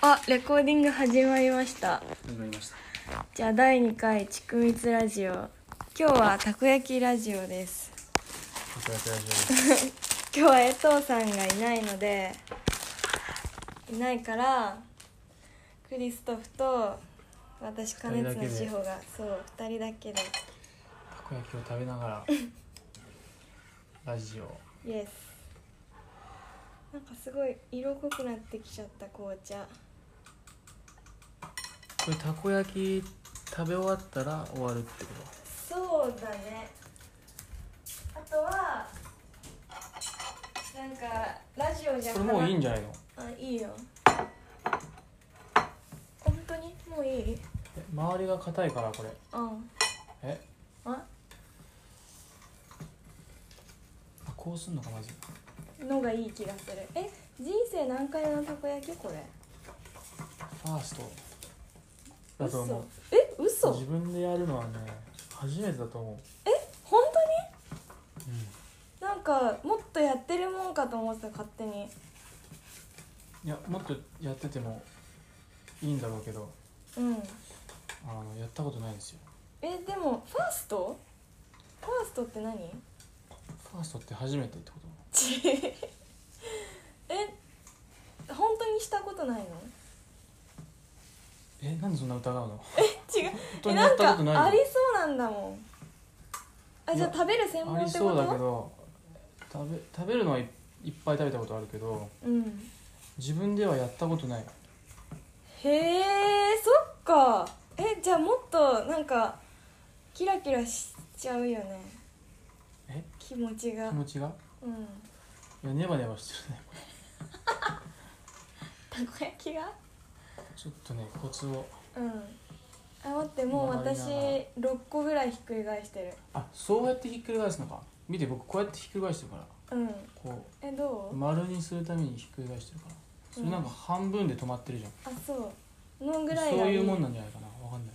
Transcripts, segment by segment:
あ、レコーディング始まりました。 始まりました。 じゃあ第2回ちくみつラジオ。今日はたこ焼きラジオです。 たこ焼きラジオです。 今日は江藤さんがいないので、いないからクリストフと私金津の志保がそう2人だけでたこ焼きを食べながらラジオ。 イエス。なんかすごい色濃くなってきちゃった紅茶。 これたこ焼き食べ終わったら終わるってこそうだね。あとはなんかラジオじゃと？これもういいんじゃないの？ あ、いいよ。本当にもういい？ 周りが硬いからこれ。 うん。 こうすんのかまず。 のがいい気がする。人生何回目のたこ焼きこれ？ ファーストだと思う。 嘘？ 自分でやるのはね初めてだと思う。 本当に？なんかもっとやってるもんかと思ってた、勝手に。 いや、もっとやっててもいいんだろうけど、やったことないんですよ。 でもファーストって何？ ファーストって初めてってこと？ 本当にしたことないの？ なんでそんな疑うの？ 違う。 本当にやったことないの？ なんかありそうなんだもん。じゃあ食べる専門ってこと？ ありそうだけど、食べるのはいっぱい食べたことあるけど、自分ではやったことない。 へえ、そっか。じゃあもっとなんかキラキラしちゃうよね。気持ちが。いや、 ネバネバしてるねたこ焼きがちょっとね、コツを。 待って、もう私6個ぐらいひっくり返してる。 そうやってひっくり返すのか。見て、僕こうやってひっくり返してるから。こうどう？ 丸にするためにひっくり返してるから。それなんか半分で止まってるじゃん。 そうのぐらいがいい。 そういうもんなんじゃないかな。わかんない。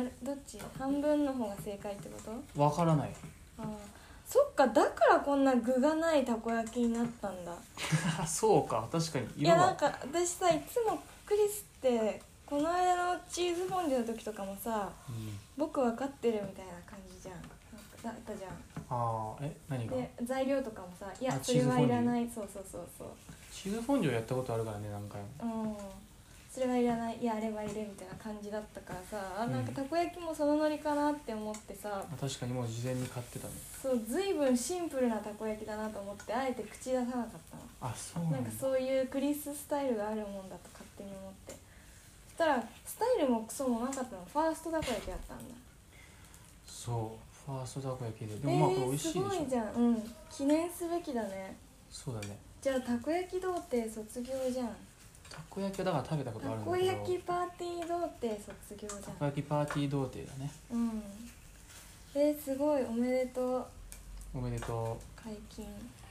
どっち？半分の方が正解ってこと？ わからない。 そっか、だからこんな具がないたこ焼きになったんだ。 そうか、確かに色が。いや、なんか私さ、いつもクリスってこの間のチーズフォンデュの時とかもさ、僕分かってるみたいな感じじゃん。だったじゃん。 何が？ で材料とかもさ、いやそれはいらない。そうチーズフォンデュやったことあるからね、何回も。 それはいらない、いやあれはいるみたいな感じだったからさ、なんかたこ焼きもそのノリかなって思ってさ。 確かにもう事前に買ってたね。 そう、随分シンプルなたこ焼きだなと思ってあえて口出さなかったの。 そうなんだ。 なんかそういうクリススタイルがあるもんだと勝手に思って。そしたらスタイルもクソもなかったの。ファーストたこ焼きだったんだ。 そう、ファーストたこ焼きで。でもこれ美味しいでしょ。 すごいじゃん。記念すべきだね。 そうだね。 じゃあたこ焼き童貞卒業じゃん。 たこ焼きはだから食べたことあるんだけど。 たこ焼きパーティー童貞卒業じゃん。 たこ焼きパーティー童貞だね。 すごい、おめでとう。 おめでとう。 解禁。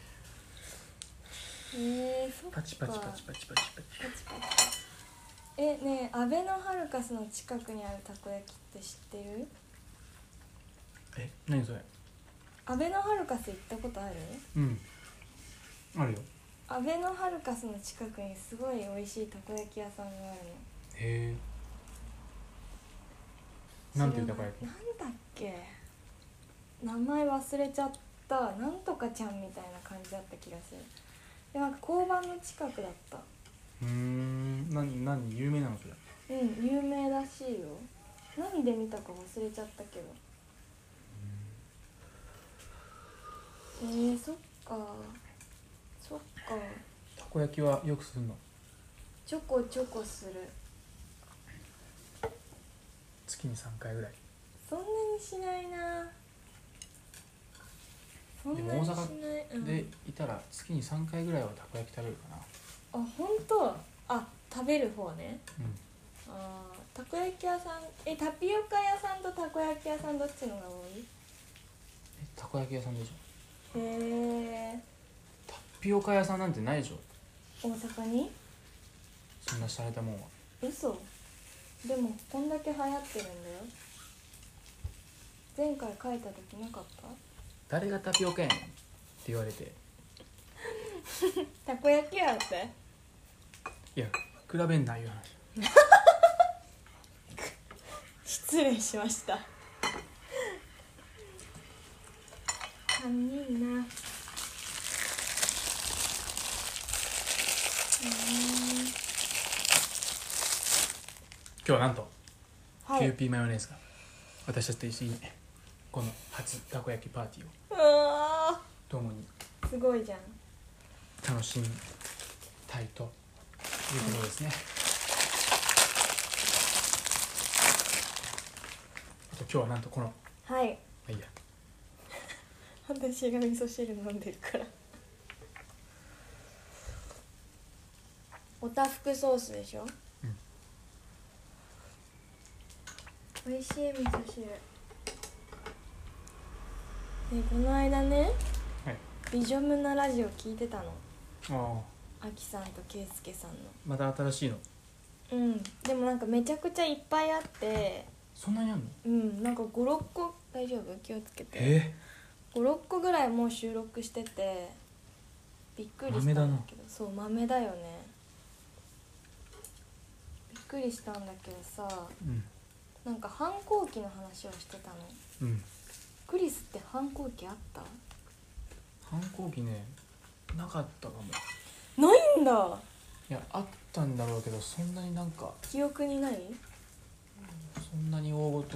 そっか。 パチパチパチパチパチパチ。 ねえ、アベノハルカスの近くにあるたこ焼きって知ってる？ 何それ？ アベノハルカス行ったことある？ あるよ。 アベノハルカスの近くにすごい美味しいたこ焼き屋さんがあるの。 へえ。なんていうたこ焼き？ なんだっけ、名前忘れちゃった。なんとかちゃんみたいな感じだった気がする。で、なんか交番の近くだった。 何有名なのそれ？ 有名らしいよ。何で見たか忘れちゃったけど。そっか。 たこ焼きはよくするの？ ちょこちょこする。 月に3回ぐらい。 そんなにしないな。 でも大阪でいたら月に3回ぐらいはたこ焼き食べるかな。 本当？食べる方ね。たこ焼き屋さん、タピオカ屋さんとたこ焼き屋さんどっちのが多い？ たこ焼き屋さんでしょ。 へえ。 タピオカ屋さんなんてないでしょ。 大阪に？ そんな洒落たもんは。 嘘。でもこんだけ流行ってるんだよ。前回書いた時なかった？ 誰がタピオカやねんって言われてたこ焼きやって。 いや、 比べんないう話。 失礼しました。3人な。 今日はなんと、 はい、 キューピーマヨネーズが私たちと一緒にこの初たこ焼きパーティーをうわ共にすごいじゃん。 楽しみたいということですね、あと今日はなんとこのはい、 まあいいや、 私が味噌汁飲んでるからおたふくソースでしょ、美味しい味噌汁で、この間ね、 はい、 ビジョムなラジオ聞いてたの。 ああきさんとけいすけさんの。 また新しいの。 でもなんかめちゃくちゃいっぱいあって、 そんなにあんの？ なんか 5,6 個、大丈夫？気をつけて。5,6 個ぐらいもう収録しててびっくりしたんだけど。そう、豆だよね。びっくりしたんだけどさ、なんか反抗期の話をしてたの。クリスって反抗期あった？ 反抗期ね、なかったかも。 ないんだ。 いや、あったんだろうけど、そんなになんか記憶にない？ そんなに大事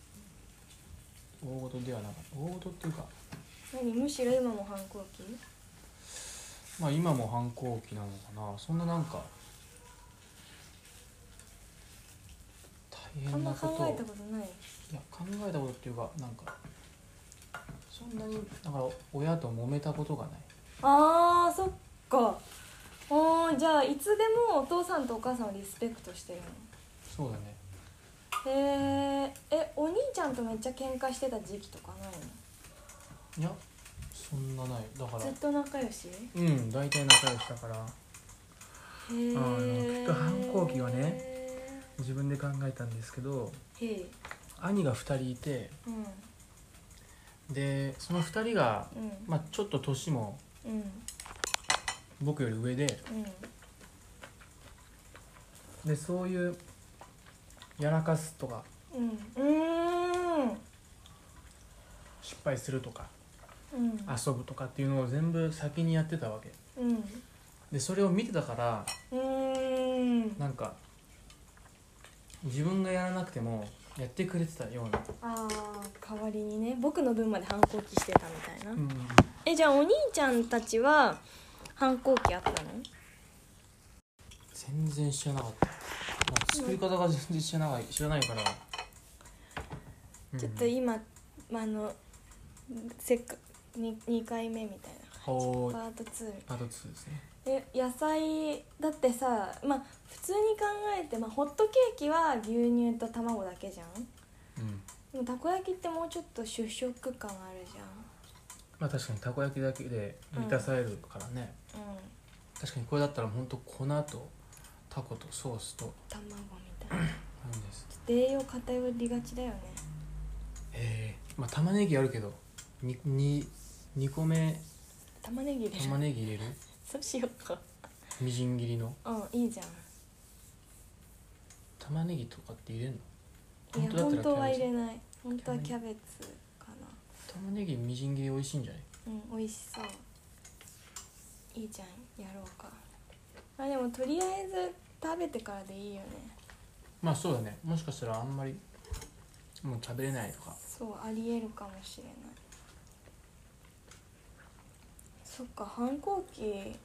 ではなかった。大事っていうか、 むしろ今も反抗期？ まあ今も反抗期なのかな。そんななんか大変なことあんま考えたことない？ いや、考えたことっていうか、なんかそんなにだから親と揉めたことがない。 あー、そっか。じゃあいつでもお父さんとお母さんをリスペクトしてるの？ そうだね。 お兄ちゃんとめっちゃ喧嘩してた時期とかないの？ いや、そんなない。だからずっと仲良し？ 大体仲良しだから。きっと反抗期はね、自分で考えたんですけど、兄が2人いて、でその2人が、まあ、ちょっと年も僕より上で、でそういうやらかすとか、失敗するとか、遊ぶとかっていうのを全部先にやってたわけ、でそれを見てたから、なんか自分がやらなくてもやってくれてたような。 代わりにね、僕の分まで反抗期してたみたいな。じゃあお兄ちゃんたちは反抗期あったの？ 全然知らなかった、作り方が全然知らないから、 ちょっと今、せっか2回目みたいな感じ、パート2 ですね。 野菜だってさ、普通に考えて、ホットケーキは牛乳と卵だけじゃん、でもたこ焼きってもうちょっと主食感あるじゃん。 確かにたこ焼きだけで満たされるからね、確かにこれだったらほんと粉とタコとソースと卵みたいななんです。 栄養偏りがちだよね。 玉ねぎあるけど2個目玉ねぎ入れる？ 玉ねぎ入れる？ そうしようか。 みじん切りの。 いいじゃん。 玉ねぎとかって入れるの？ いや、本当は入れない。本当はキャベツかな。 玉ねぎみじん切り美味しいんじゃない？ 美味しそう。いいじゃん、やろうか。でもとりあえず食べてからでいいよね。 そうだね。もしかしたらあんまりもう食べれないとか。 そう、ありえるかもしれない。そっか、反抗期ね。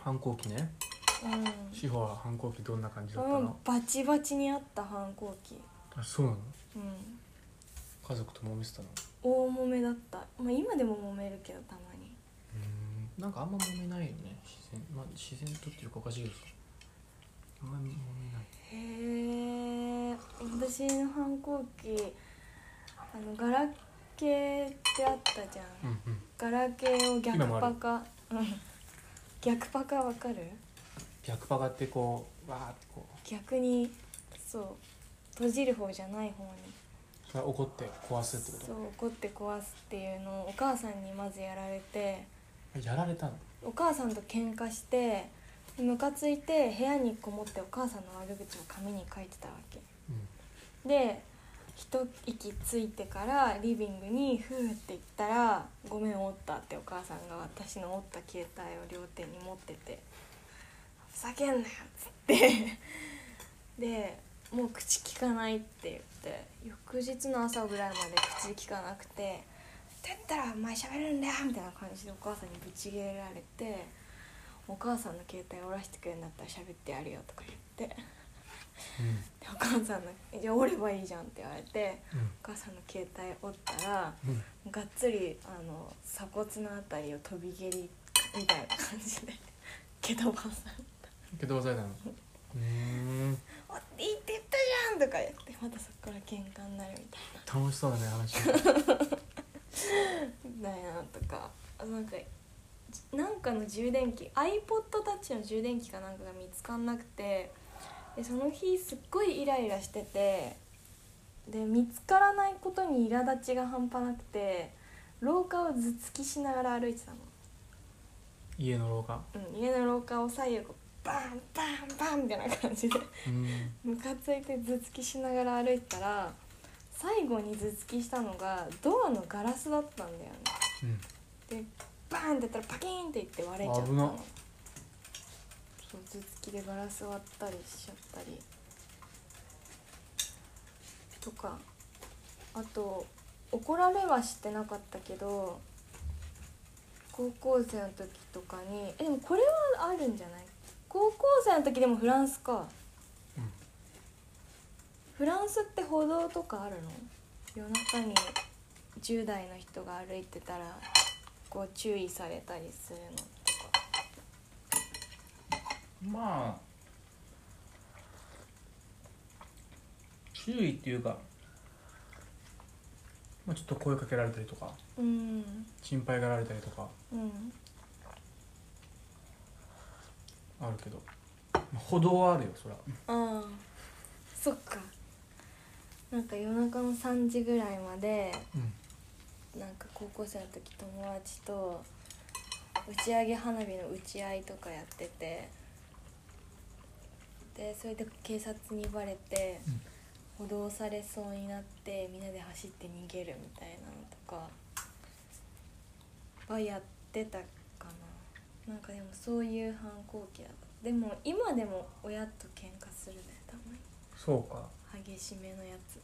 志保は反抗期どんな感じだったの？ バチバチにあった反抗期。 そうなの？家族と揉めてたの？ 大揉めだった。今でも揉めるけど、たまに。 なんかあんま揉めないよね、自然とっていうかおかしいけどさ、あんまり揉めない。 私の反抗期、ガラケーってあったじゃん、ガラケーを逆パカ、逆パカわかる？ 逆パカってこうわーってこう逆に、そう閉じる方じゃない方に、 それ怒って壊すってこと？ そう、怒って壊すっていうのをお母さんにまずやられて。 やられたの？ お母さんと喧嘩して、 ムカついて部屋にこもってお母さんの悪口を紙に書いてたわけ、で一息ついてからリビングにフーって言ったら「ごめん折った」ってお母さんが私の折った携帯を両手に持ってて「ふざけんなよ」っつってでもう口聞かないって言って翌日の朝ぐらいまで口聞かなくて「って言ったらお前喋るんだよ」みたいな感じでお母さんにぶち切れられて「お母さんの携帯折らしてくれるんだったら喋ってやるよ」とか言って。でお母さんの「じゃあ折ればいいじゃん」って言われて、お母さんの携帯折ったら、がっつり鎖骨のあたりを飛び蹴りみたいな感じで蹴飛ばされた。 蹴飛ばされたの？ 折っていいって言ったじゃんとか言ってまたそこから喧嘩になるみたいな。楽しそうだね話みたいなとか、なんかの充電器 iPod Touch の充電器かなんかが見つかんなくて、でその日すっごいイライラしてて、で見つからないことに苛立ちが半端なくて廊下を頭突きしながら歩いてたの。 家の廊下？ 家の廊下を左右バンバンバンみたいな感じでムカついて頭突きしながら歩いてたら、最後に頭突きしたのがドアのガラスだったんだよね、でバーンってやったらパキーンっていって割れちゃったの。頭突きでガラス割ったりしちゃったりとか、あと怒られはしてなかったけど高校生の時とかにでもこれはあるんじゃない？高校生の時でもフランスか、フランスって歩道とかあるの？夜中に10代の人が歩いてたらこう注意されたりするのとか。 まあ注意っていうか、ちょっと声かけられたりとか、心配がられたりとか、あるけど、歩道はあるよそら。 そっか。なんか夜中の3時ぐらいまで、なんか高校生の時友達と打ち上げ花火の打ち合いとかやってて、でそれで警察にバレて、補導されそうになってみんなで走って逃げるみたいなのとかはやってたかな。なんかでもそういう反抗期だった。でも今でも親と喧嘩するね、たまに。 そうか。 激しめのやつ。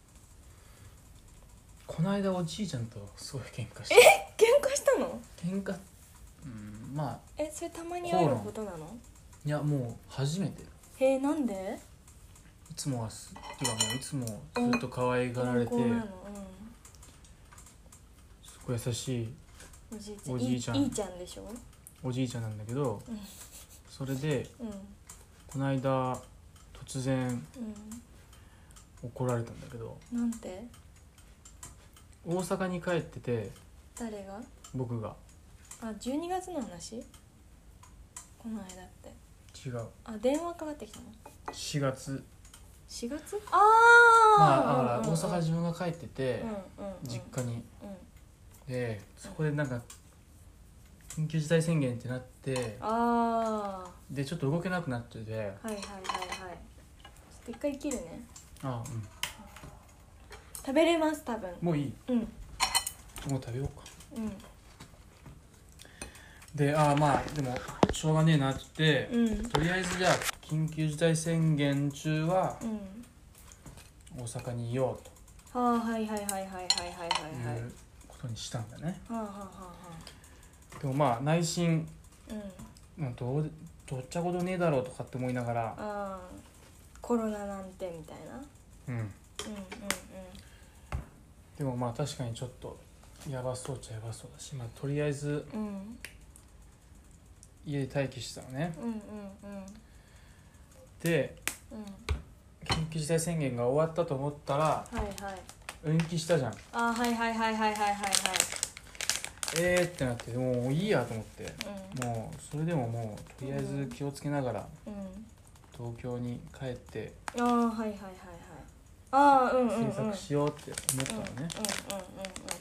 この間おじいちゃんとすごい喧嘩した。 喧嘩したの？ 喧嘩、まあ。 それたまにあることなの？ いやもう初めて。 なんで？ いつもはてかもういつもずっと可愛がられて、すごい優しいおじいちゃん。 いいちゃんでしょ？ おじいちゃんなんだけど、それで、この間突然、怒られたんだけど。 なんて？ 大阪に帰ってて。 誰が？ 僕が。 12月の話？この間って。 違う。 電話かかってきたの ？4月。 4月？ だから大阪自分が帰ってて、実家に、でそこでなんか緊急事態宣言ってなって、でちょっと動けなくなってて、はいはいはいはい、ちょっと一回切るね。食べれます多分。 もういい？もう食べようか。でまあでもしょうがねえなって言って、とりあえずじゃあ緊急事態宣言中は大阪にいようと、はいはいはいはいはいはいはいいうことにしたんだね。でもまあ内心、どっちゃことねえだろうとかって思いながら、 コロナなんてみたいな。 でもまあ確かにちょっとやばそうっちゃやばそうだし、とりあえず、家で待機してたのね。で、緊急事態宣言が終わったと思ったら、延期したじゃん。 はいはいはいはいはいはいはい。 ってなって、もういいやと思って、もうそれでももうとりあえず気をつけながら、東京に帰ってはいはいはいはい制作しようって思ったのね。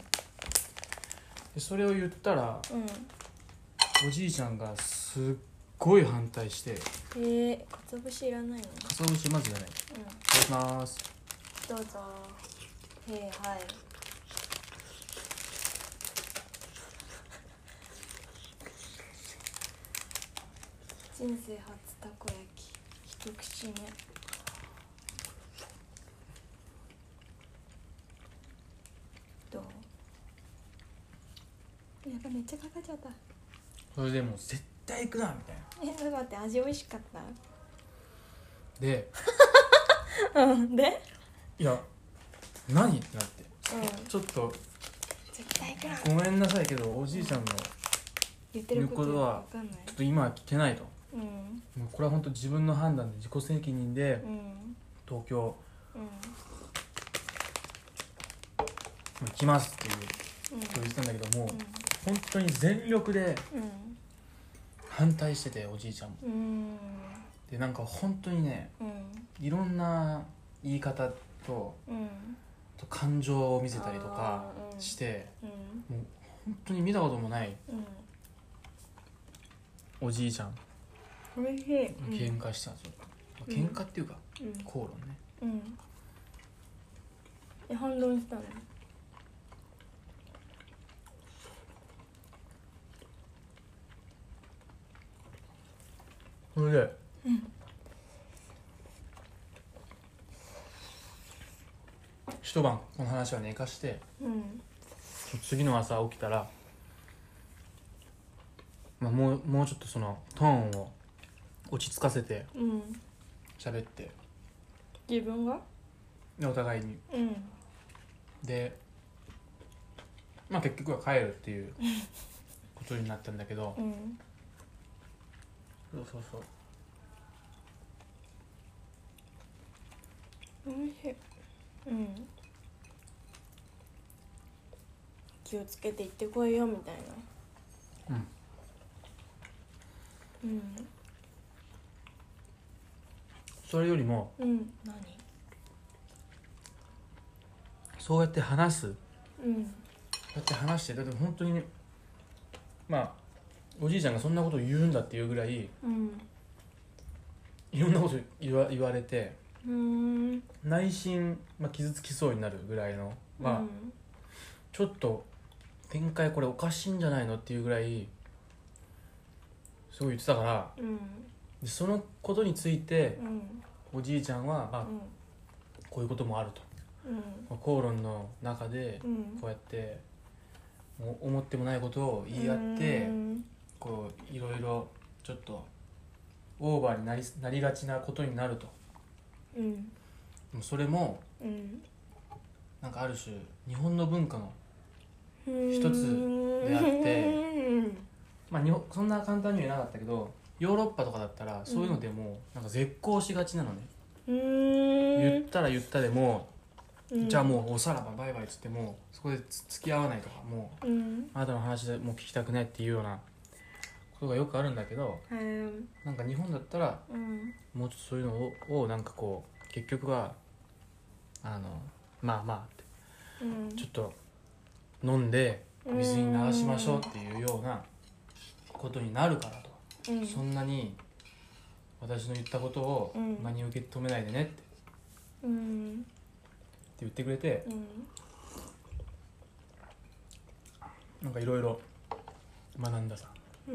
でそれを言ったら、おじいちゃんがすっごい反対して。 かつお節いらないの？かつお節まずいらない。いただきます。 どうぞ。はい。人生初たこ焼き一口目。どう？やっぱめっちゃかかっちゃった。 それでもう絶対行くなみたいな。 ちょっと待って、味美味しかった？ ででいや何ってなって、ちょっと絶対行くなごめんなさいけどおじいちゃんの言ってることはちょっと今は聞けないと、もうこれは本当自分の判断で自己責任で、東京、行きますっていうことを言ってたんだけども、本当に全力で反対してて、おじいちゃんも、でなんか本当にね、いろんな言い方と、と感情を見せたりとかして、もう本当に見たこともない、おじいちゃんおいしい。 喧嘩したんですよ、喧嘩っていうか、口論ね。 反論したの？ それで、一晩この話は寝かして、次の朝起きたら、もうちょっとそのトーンを落ち着かせて喋って、 自分がお互いに、で結局は帰るっていうことになったんだけど、そうおいしい。気をつけて行ってこいよみたいな。 それよりも、 何？ そうやって話す、そうやって話して、だって本当にね、おじいちゃんがそんなことを言うんだっていうぐらい、いろんなこと言われて、内心、傷つきそうになるぐらいの、ちょっと展開これおかしいんじゃないのっていうぐらいすごい言ってたから、でそのことについて、おじいちゃんは、こういうこともあると、口論の中でこうやって思ってもないことを言い合って、こういろいろちょっとオーバーになりがちなことになると、でもそれも、なんかある種日本の文化の一つであって、そんな簡単には言えなかったけど、ヨーロッパとかだったらそういうのでもなんか絶交しがちなのね。言ったら言ったでも、じゃあもうおさらばバイバイっつってもそこで付き合わないとか、もう、あなたの話でもう聞きたくないっていうようなことがよくあるんだけど、なんか日本だったら、もうちょっとそういうのをなんかこう結局はって、ちょっと飲んで水に流しましょうっていうようなことになるからと、そんなに私の言ったことを真に受け止めないでねって、言ってくれて、なんかいろいろ学んださ。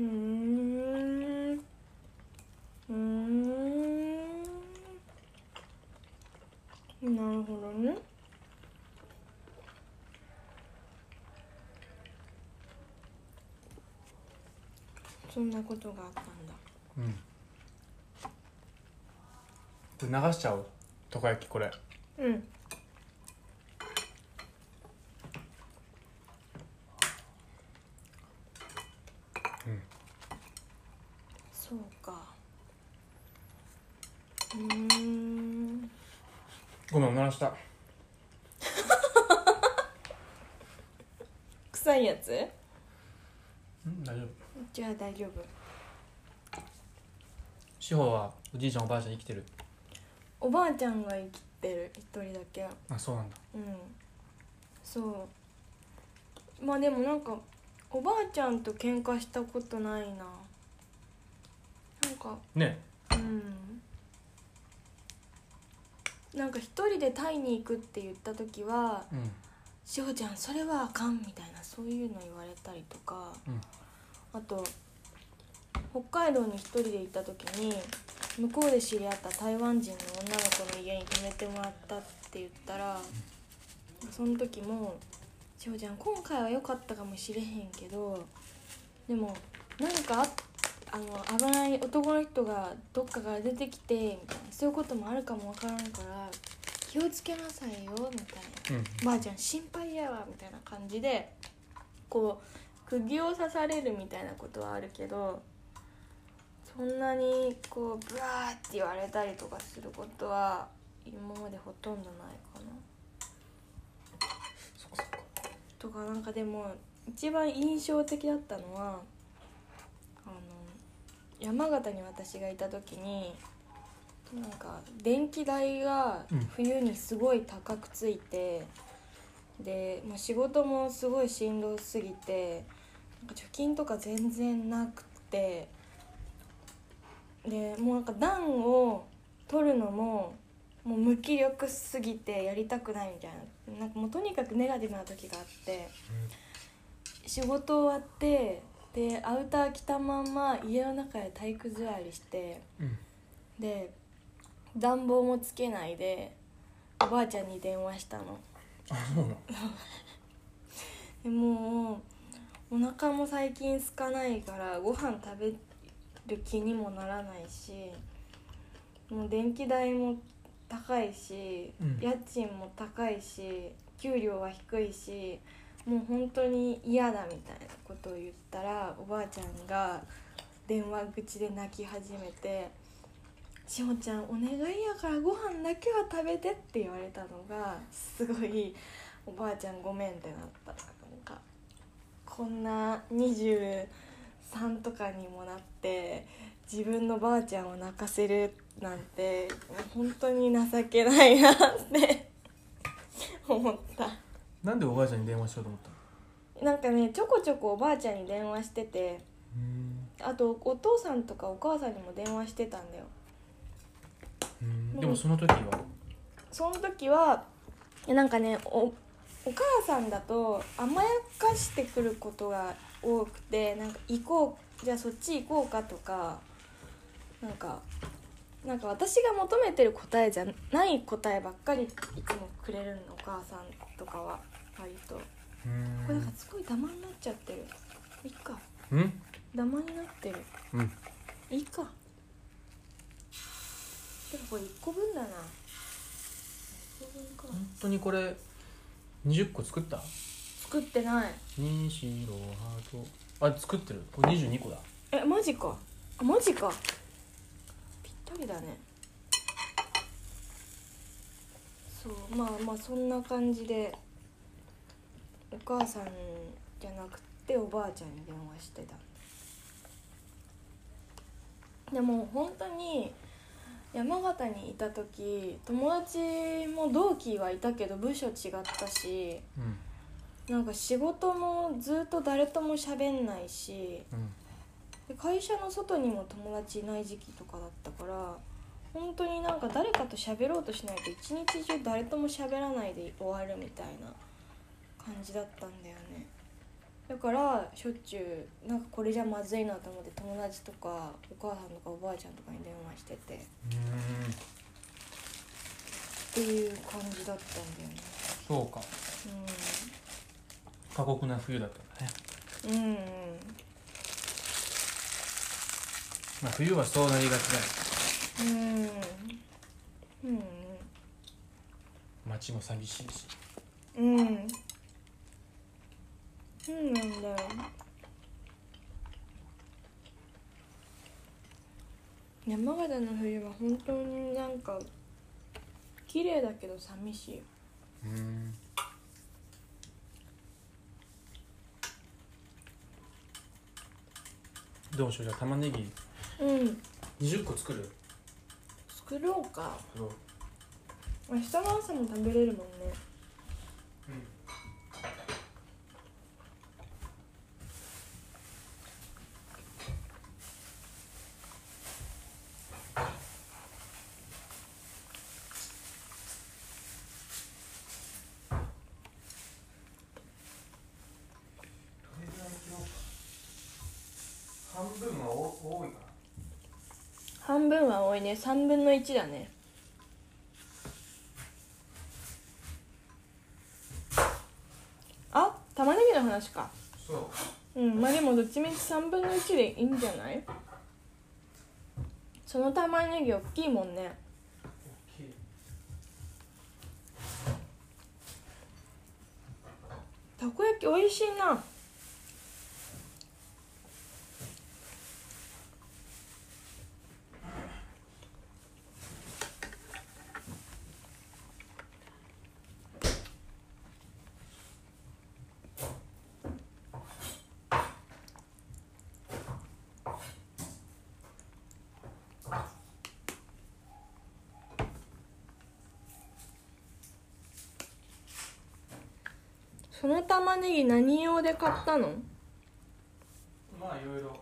なるほどね。そんなことがあったんだ。 これ流しちゃおう、たこ焼きこれ。 そうか。 ごめん、おならした。 臭いやつ？ 大丈夫。 じゃあ大丈夫。 志保はおじいちゃんおばあちゃん生きてる？ おばあちゃんが生きてる、一人だけ。 あ、そうなんだ。 そう。でもなんかおばあちゃんと喧嘩したことないな。 かね、 なんか一人でタイに行くって言った時は「しほちゃんそれはあかん」みたいな、そういうの言われたりとか、あと北海道に一人で行った時に向こうで知り合った台湾人の女の子の家に泊めてもらったって言ったら、その時も「しほちゃん今回は良かったかもしれへんけど、でもなんか危ない男の人がどっかから出てきてみたいな、そういうこともあるかもわからんから気をつけなさいよ」みたいな、ばあちゃん心配やわみたいな感じでこう釘を刺されるみたいなことはあるけど、そんなにこうブワーって言われたりとかすることは今までほとんどないかな。とかなんかでも一番印象的だったのは山形に私がいた時になんか電気代が冬にすごい高くついて、でもう仕事もすごいしんどすぎてなんか貯金とか全然なくて、でもうなんか暖を取るのももう無気力すぎてやりたくないみたいな、なんかもうとにかくネガティブな時があって、仕事終わってでアウター着たまんま家の中で体育座りして、で暖房もつけないでおばあちゃんに電話したの。でもうお腹も最近空かないからご飯食べる気にもならないし、もう電気代も高いし、家賃も高いし給料は低いし、もう本当に嫌だみたいなことを言ったら、おばあちゃんが電話口で泣き始めて「しほちゃんお願いやからご飯だけは食べて」って言われたのがすごいおばあちゃんごめんってなった。なんかこんな23とかにもなって自分のばあちゃんを泣かせるなんて本当に情けないなって思った。 なんでおばあちゃんに電話しようと思ったの？なんかねちょこちょこおばあちゃんに電話してて、あとお父さんとかお母さんにも電話してたんだよ。 でもその時はなんかねお母さんだと甘やかしてくることが多くて、なんか行こうじゃあそっち行こうかとか、なんか私が求めてる答えじゃない答えばっかりいつもくれるの、お母さんとかは割と。これなんかすごいダマになっちゃってる。いいか。ダマになってる。いいか。でもこれ1個分だな。1個分か。 本当にこれ20個作った？ 作ってない。 にしろハート作ってる。これ22個だ。 マジか。マジか。ぴったりだね。そうまあそんな感じでお母さんじゃなくておばあちゃんに電話してた。でも本当に山形にいた時友達も同期はいたけど部署違ったし、なんか仕事もずっと誰とも喋んないし、で会社の外にも友達いない時期とかだったから、本当になんか誰かと喋ろうとしないと一日中誰とも喋らないで終わるみたいな感じだったんだよね。だからしょっちゅうなんかこれじゃまずいなと思って友達とかお母さんとかおばあちゃんとかに電話しててっていう感じだったんだよね。 そうか。過酷な冬だったんだね。まあ冬はそうなりがちだよ。街も寂しいし。 なんだよ。山形の冬は本当になんか綺麗だけど寂しいよ。 どうしよう。じゃあ玉ねぎ20個作る？ 作ろうか。明日の朝も食べれるもんね。 多いね。3分の1だね。あ、玉ねぎの話か。 そう。 まあでもどっちみち3分の1でいいんじゃない？その玉ねぎ大きいもんね。 大きい。 たこ焼き美味しいな。その玉ねぎ何用で買ったの？ まあいろいろ。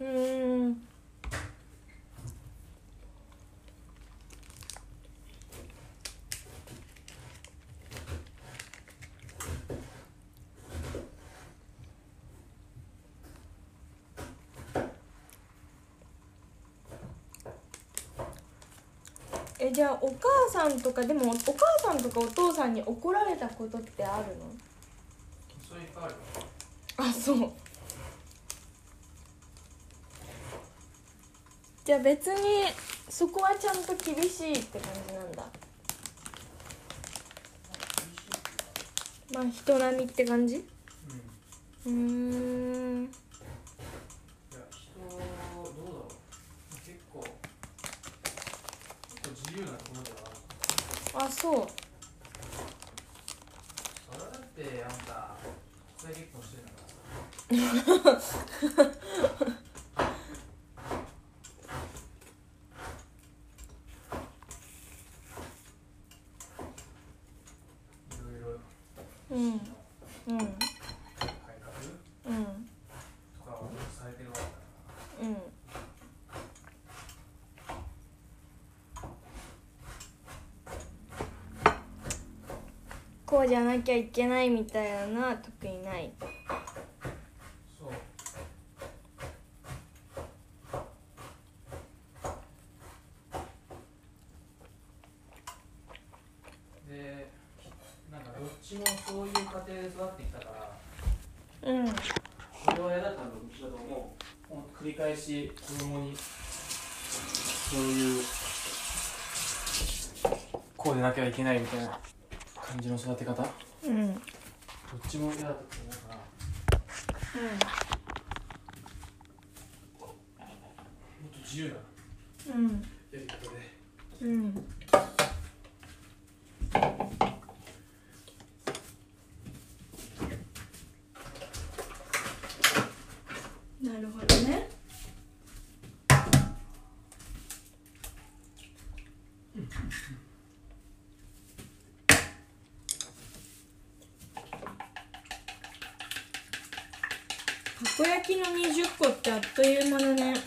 じゃあお母さんとか、でもお母さんとかお父さんに怒られたことってあるの？ それいっぱいあるよ。 あ、そう。じゃあ別にそこはちゃんと厳しいって感じなんだ。まあ人並みって感じ？いや、 人どうだろう。結構自由なところではある。 あ、そう。 それだってあんた国際結婚してるんだからさ。 うん。こうじゃなきゃいけないみたいなのは特にない。 そうで、なんかどっちもそういう家庭で育ってきたから、それは嫌だったんだと思う。繰り返し子供にそういうこうでなきゃいけないみたいな感じの育て方、どっちも嫌だったと思うから、もっと自由なやり方で、 なるほどね。たこ焼きの20個ってあっという間だね。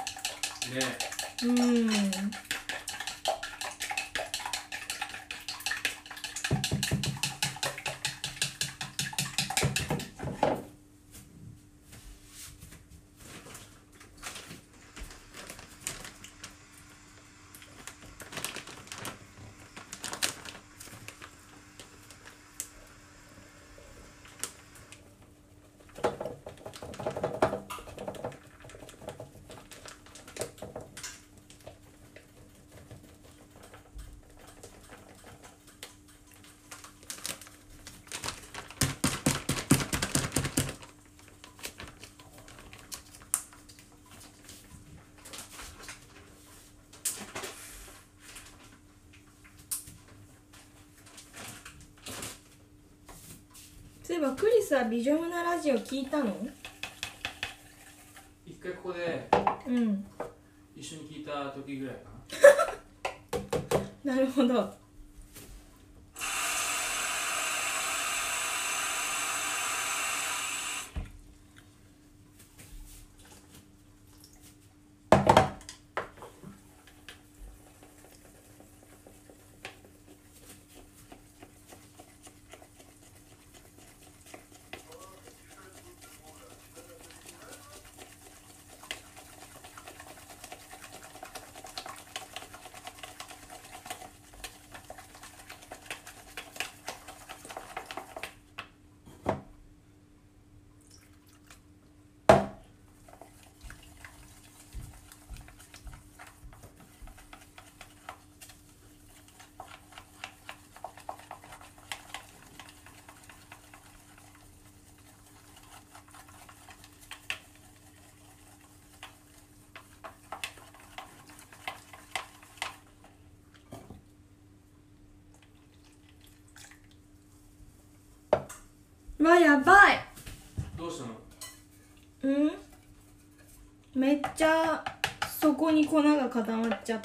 そういえばクリスはビジョムナラジオ聞いたの？ 一回ここで一緒に聞いた時ぐらいかな。なるほど。 わ、やばい。 どうしたの？ めっちゃそこに粉が固まっちゃった。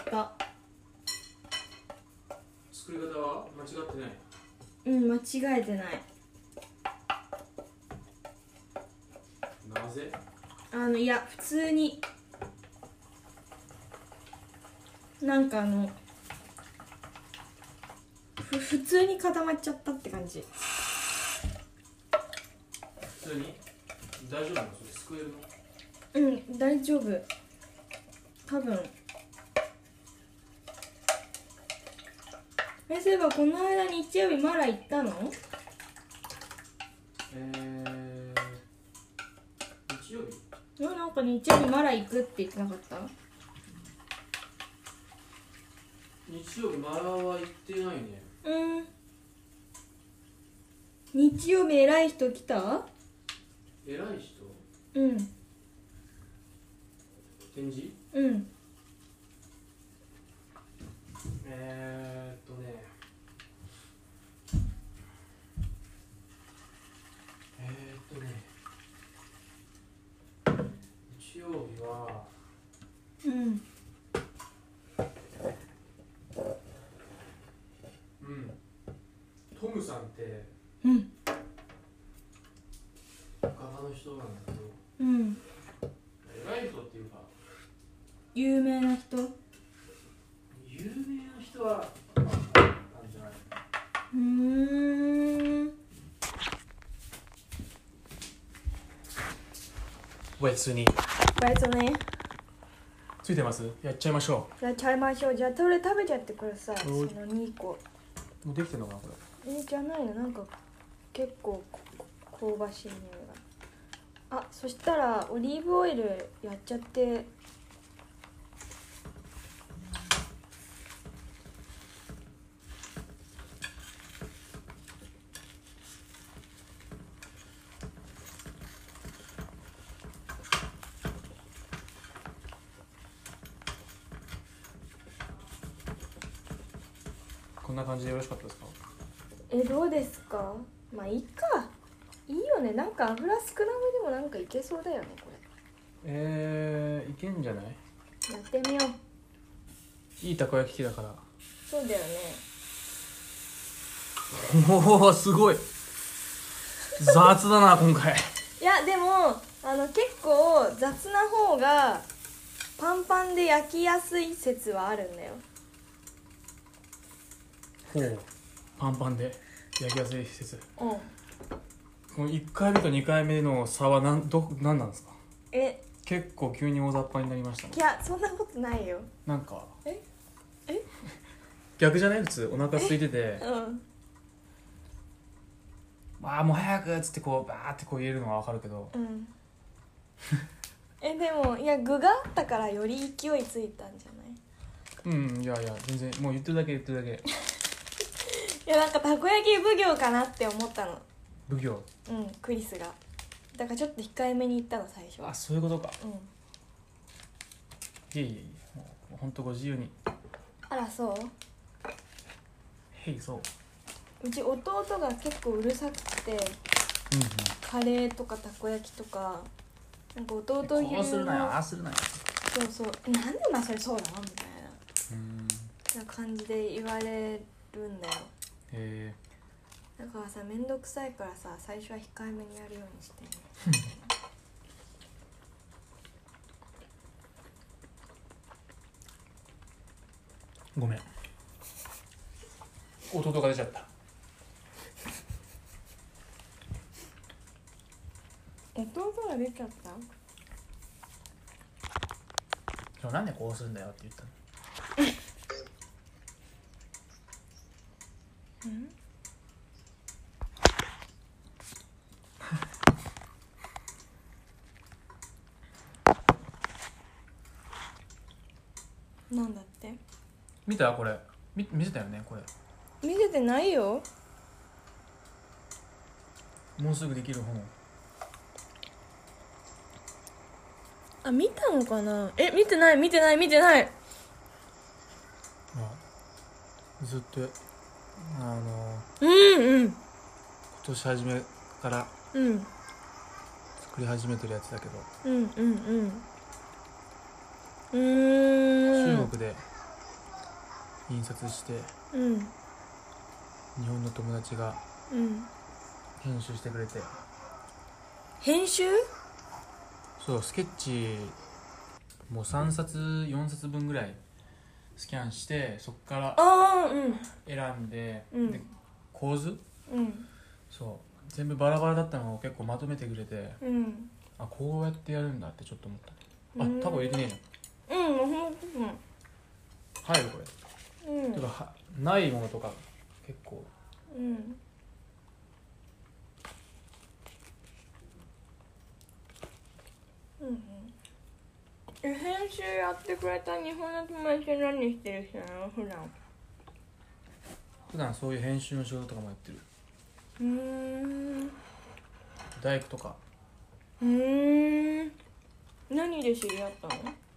作り方は間違ってない？ 間違えてない。 なぜ？ いや、普通になんか普通に固まっちゃったって感じ。 普通に？大丈夫なの？それ救えるの？ 大丈夫。多分。そういえばこの間日曜日マラ行ったの？ 日曜日？ なんか日曜日マラ行くって言ってなかった？ 日曜日マラは行ってないね。 日曜日偉い人来た？ 偉い人？展示？日曜日はトムさんって画家の人なんだけど、偉い人っていうか有名な人？ 有名な人はなんじゃない？別についてます？やっちゃいましょう。 やっちゃいましょう。じゃあそれ食べちゃってください。その2個もうできてるのかなこれ？ じゃないの？なんか結構香ばしい匂いが。そしたらオリーブオイルやっちゃって。 こんな感じでよろしかったですか？ どうですか？まあいいか。いいよね。なんか油少なめでもなんかいけそうだよねこれ。いけんじゃない？ やってみよう。いいたこ焼き器だから。 そうだよね。 おお、すごい雑だな今回。 いやでも結構雑な方がパンパンで焼きやすい説はあるんだよ。 ほう、パンパンで焼きやすい説。 この1回目と2回目の差は何なんですか？結構急に大雑把になりましたね。 いやそんなことないよ。 なんか逆じゃない？普通お腹空いててもう早くっつってこうバーってこう入れるのは分かるけど、 でもいや具があったからより勢いついたんじゃない？ いや全然もう言ってるだけいやなんかたこ焼き奉行かなって思ったの。 奉行？ クリスがだからちょっと控えめに言ったの最初は。 そういうことか。いえもうほんとご自由に。 あらそう？ そううち弟が結構うるさくて、カレーとかたこ焼きとかなんか弟こうするなよああするなよ。 そうなんでお前それそうなのみたいな感じで言われるんだよ。だからさめんどくさいからさ最初は控えめにやるようにしてね。 ごめん弟が出ちゃった。 弟が出ちゃった？ 今日なんでこうするんだよって言ったの？ なんだって？ 見た？これ見せたよね。これ見せてないよ。 もうすぐできる本。 見たのかな？見てない。 ずっと今年初めから作り始めてるやつだけど、中国で印刷して、日本の友達が編集してくれて、 編集？ そうスケッチもう3冊4冊分ぐらいスキャンして、そこから選んで、で構図、そう全部バラバラだったのを結構まとめてくれて、あこうやってやるんだってちょっと思ったね。あ、タコ入れてねえな。入るこれ。てかないものとか結構。 編集やってくれた日本の友達は何してる人なの？ 普段そういう編集の仕事とかもやってる。大工とか。 何で知り合ったの？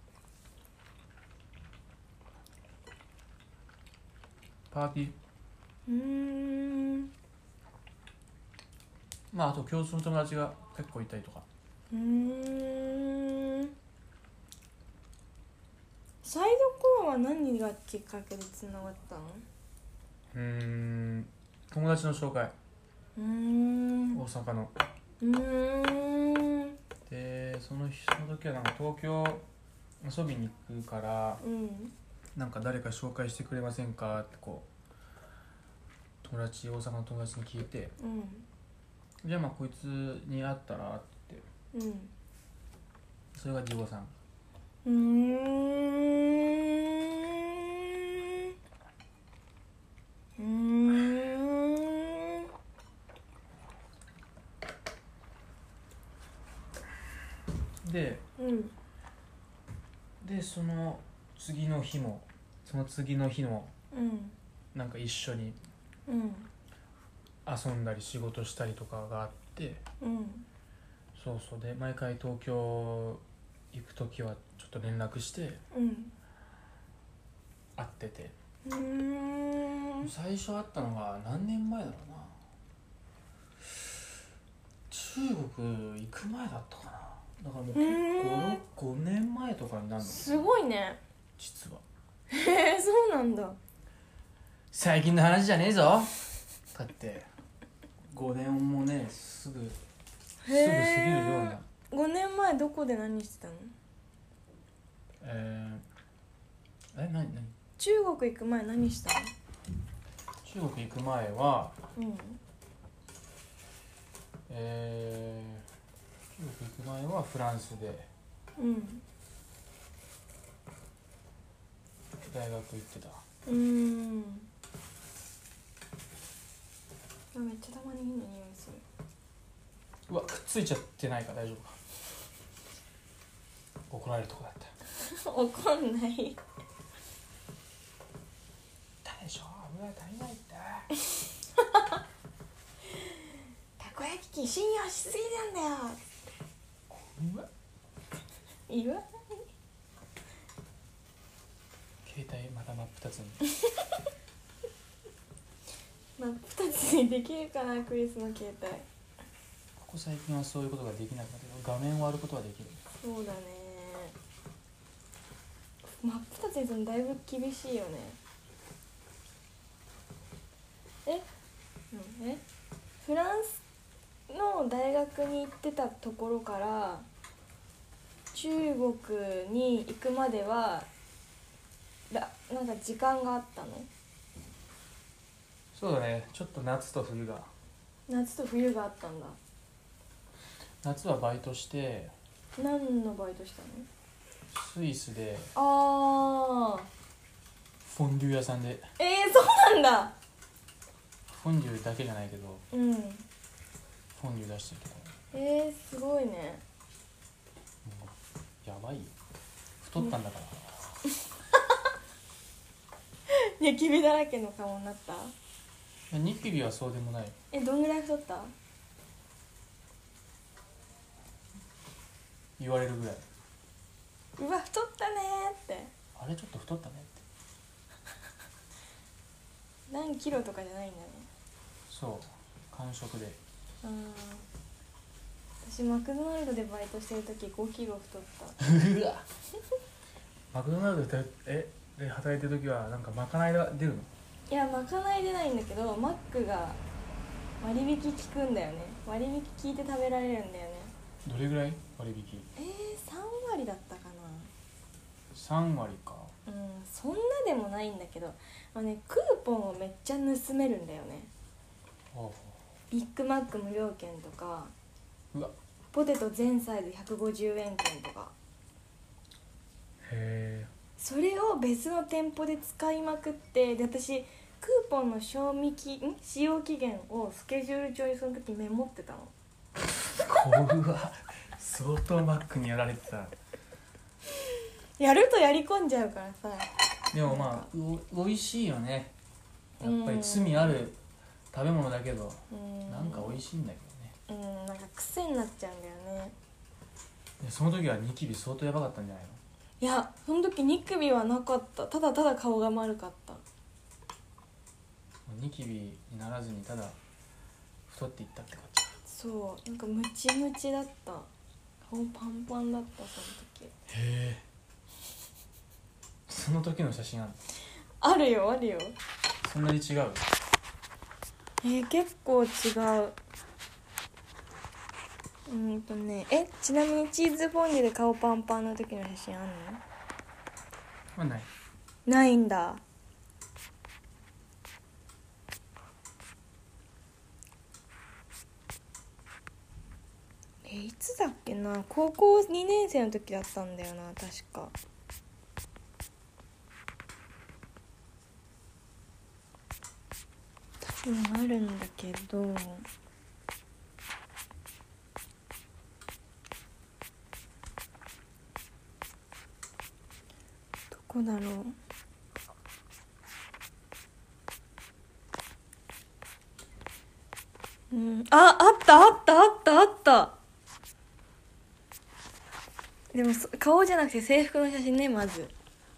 パーティー。まああと共通の友達が結構いたりとか。 サイドコアは何がきっかけでつながったの？ 友達の紹介。大阪の。でその時はなんか東京遊びに行くから、なんか誰か紹介してくれませんかってこう大阪の友達に聞いて、じゃあまあこいつに会ったらって、それがジゴさん。でその次の日もなんか一緒に遊んだり仕事したりとかがあって、そうそうで毎回東京行く時はちょっと連絡して会ってて、最初会ったのが何年前だろうな、中国行く前だったかな。だからもう結構5年前とかになるの。 すごいね実は。 そうなんだ。 最近の話じゃねえぞ。だって5年もねすぐ過ぎるような。 5年前どこで何してたの？ 何中国行く前何したの？ 中国行く前は中国行く前はフランスで大学行ってた。 めっちゃたまに変な匂いする。 うわくっついちゃってないか大丈夫か。怒られるとこだった。 怒んない。 大将油足りないって。 たこ焼き器信用しすぎなんだよ。 うわ言わない。 携帯また真っ二つに。 真っ二つにできるかなクリスの携帯。 ここ最近はそういうことができなかったけど画面を割ることはできる。 そうだね。真っ二つにするのだいぶ厳しいよね。フランスの大学に行ってたところから中国に行くまではなんか時間があったの？ そうだね、ちょっと夏と冬があったんだ。 夏はバイトして。 何のバイトしたの？ スイスでフォンデュ屋さんで。 そうなんだ。 フォンデュだけじゃないけど、フォンデュ出してるところ。 すごいね。 やばいよ、太ったんだから。 ニキビだらけの顔になった？ ニキビはそうでもない。 どんぐらい太った？ 言われるぐらい。 うわ太ったねーって。 あれちょっと太ったねって。 何キロとかじゃないんだね。 そう、間食で。 あ私マクドナルドでバイトしてる時5キロ太ったうわマクドナルドで働いてる時はなんかまかないが出るの？ いやまかない出ないんだけどマックが割引効くんだよね。割引効いて食べられるんだよね。 どれぐらい割引 ？3割だったかな。 3割か。 うんそんなでもないんだけど、クーポンをめっちゃ盗めるんだよね。ビッグマック無料券とか、 うわポテト全サイズ150円券とか。 へえ。 それを別の店舗で使いまくって、で私クーポンの使用期限をスケジュール帳にその時メモってたの。 うわ相当マックにやられてた。 やるとやり込んじゃうからさ。 でもまあおいしいよね。やっぱり罪ある食べ物だけど、なんか美味しいんだけどね。 なんか癖になっちゃうんだよね。 でその時はニキビ相当やばかったんじゃないの？ いやその時ニキビはなかった。ただただ顔が丸かった。 ニキビにならずにただ太っていったって感じ。 そうなんかムチムチだった。顔パンパンだったその時。 へえ。その時の写真ある？ あるよあるよ。 そんなに違う？ 結構違う。ちなみにチーズフォンデュで顔パンパンの時の写真あるの？ ない。 ないんだ。いつだっけな。高校2年生の時だったんだよな確か。多分あるんだけど、どこだろう。あった。でも顔じゃなくて制服の写真ね。まず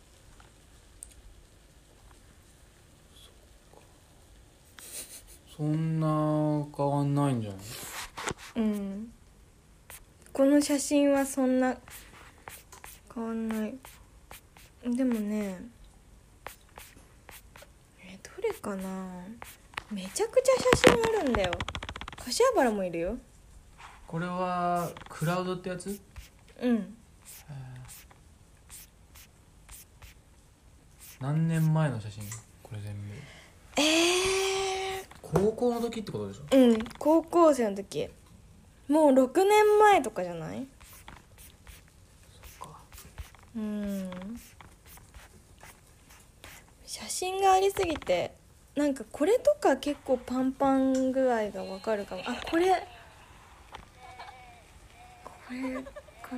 そんな変わんないんじゃない？ この写真はそんな変わんない。でもねどれかな。めちゃくちゃ写真あるんだよ。柏原もいるよ。 これはクラウドってやつ？何年前の写真？これ全部高校の時ってことでしょ？ 高校生の時。もう6年前とかじゃない？ そっか。 写真がありすぎてなんかこれとか結構パンパン具合がわかるかも。これか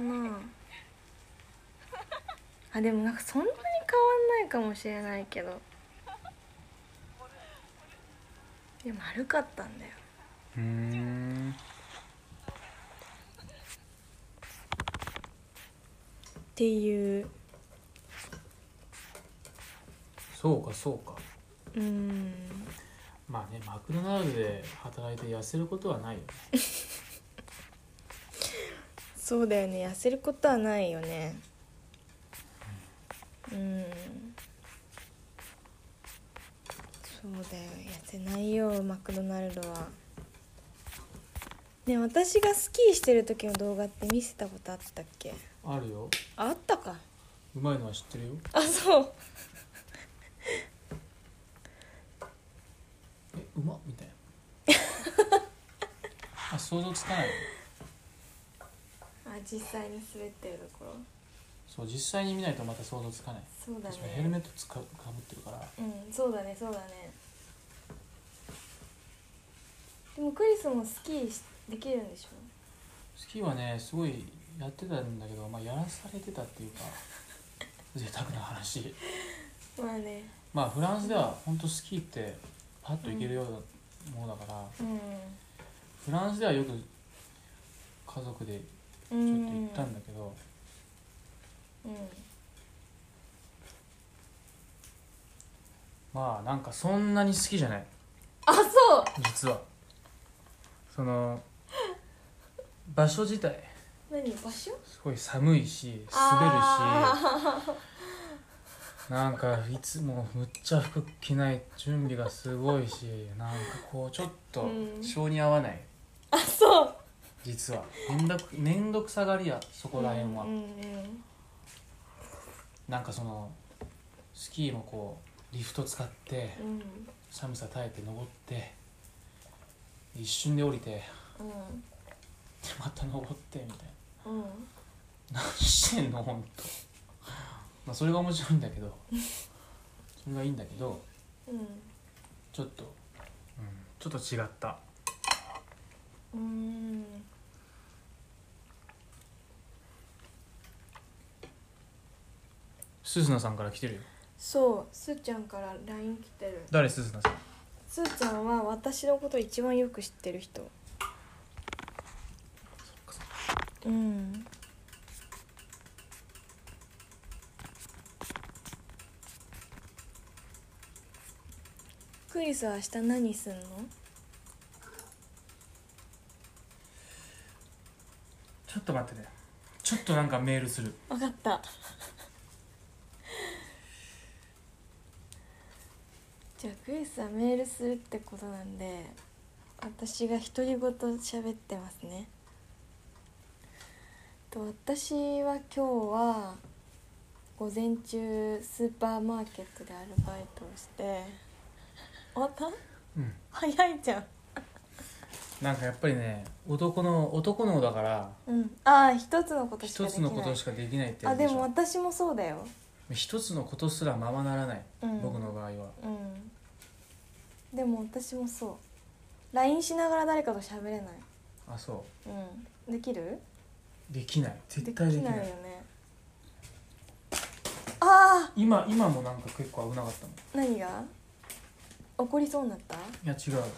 な。でもなんかそんなに変わんないかもしれないけど、でも丸かったんだよ。っていう。 そうか。まあね、マクドナルドで働いて痩せることはないよね。 そうだよね、痩せることはないよね。そうだよ、痩せないよマクドナルドは。ね、私がスキーしてる時の動画って見せたことあったっけ？ あるよ。 あったか。 うまいのは知ってるよ。 そう。 うまっみたいな。想像つかない。 実際に滑ってるところ。 そう、実際に見ないとまた想像つかない。 そうだね。 ヘルメットかぶってるから。 そうだね。でもクリスもスキーできるんでしょ？ スキーはね、すごいやってたんだけど、やらされてたっていうか贅沢な話。フランスでは本当スキーってパッと行けるようなものだから、フランスではよく家族でちょっと行ったんだけど、なんかそんなに好きじゃない。 そう。 実はその場所自体何場所すごい寒いし滑るしなんかいつもむっちゃ服着ない準備がすごいしなんかこうちょっと性に合わない、 あそう実はめんどくさがりやそこら辺は、なんかそのスキーもこうリフト使って、寒さ耐えて登って一瞬で降りて、でまた登ってみたいな、何してんのほんとまあそれが面白いんだけどそれがいいんだけど、ちょっと違った。すずなさんから来てるよ。 そうすーちゃんから LINE 来てる。 誰すずなさん？ すーちゃんは私のこと一番よく知ってる人。クリスは明日何すんの？ ちょっと待ってね。ちょっとなんかメールする。 分かったじゃあクリスはメールするってことなんで私が独り言喋ってますね。私は今日は午前中スーパーマーケットでアルバイトをして終わった？早いじゃんなんかやっぱりね男のだから、 一つのことしかできない。 一つのことしかできないってやつでしょ。 でも私もそうだよ。 一つのことすらままならない、僕の場合は。 でも私もそう。 LINE しながら誰かと喋れない。 あ、そう。 できる？ できない、絶対できない。 できないよね。 今もなんか結構危なかったの。何が？怒りそうになった？いや違う、その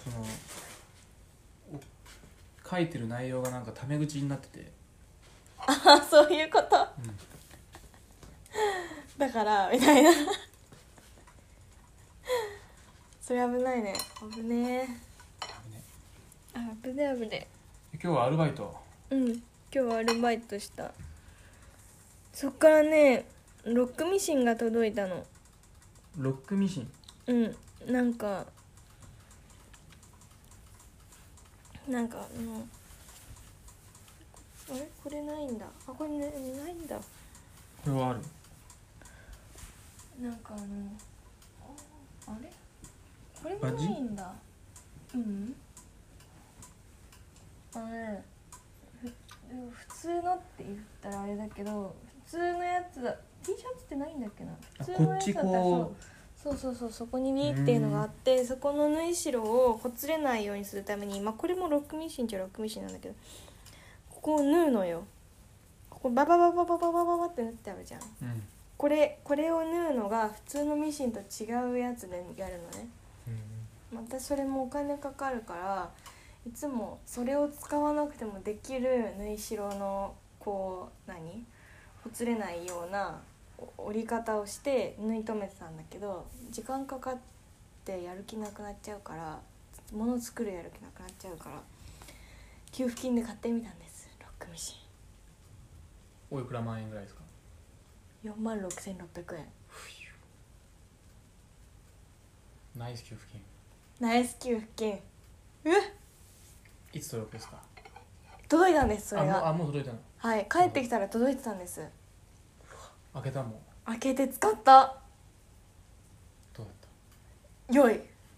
書いてる内容がなんかタメ口になってて。 そういうこと、だからみたいなそれ危ないね。危ね。危ね。 今日はアルバイト？ 今日はアルバイトした。そっからねロックミシンが届いたの。 ロックミシン？ なんかあれこれないんだ。これ、ね、ないんだ。 これはある？ なんかあれこれもないんだ。普通のって言ったらあれだけど普通のやつだ。 T シャツってないんだっけな。普通のやつだったらそうそこにビーっていうのがあって、そこの縫い代をほつれないようにするために、これもロックミシンっちゃロックミシンなんだけど、ここを縫うのよ。ここバババババババババって縫ってあるじゃん、これを縫うのが普通のミシンと違うやつでやるのね。またそれもお金かかるからいつもそれを使わなくてもできる縫い代のほつれないような折り方をして縫い留めてたんだけど、時間かかってやる気なくなっちゃうから、物作るやる気なくなっちゃうから給付金で買ってみたんです。ロックミシン。 おいくら万円ぐらいですか ？46,600円。 ナイス給付金。 ナイス給付金。 いつ届くですか？ 届いたんです。それがもう届いたの？ はい、帰ってきたら届いてたんです。 開けた？もん開けて使った。 どうだった？ 良い。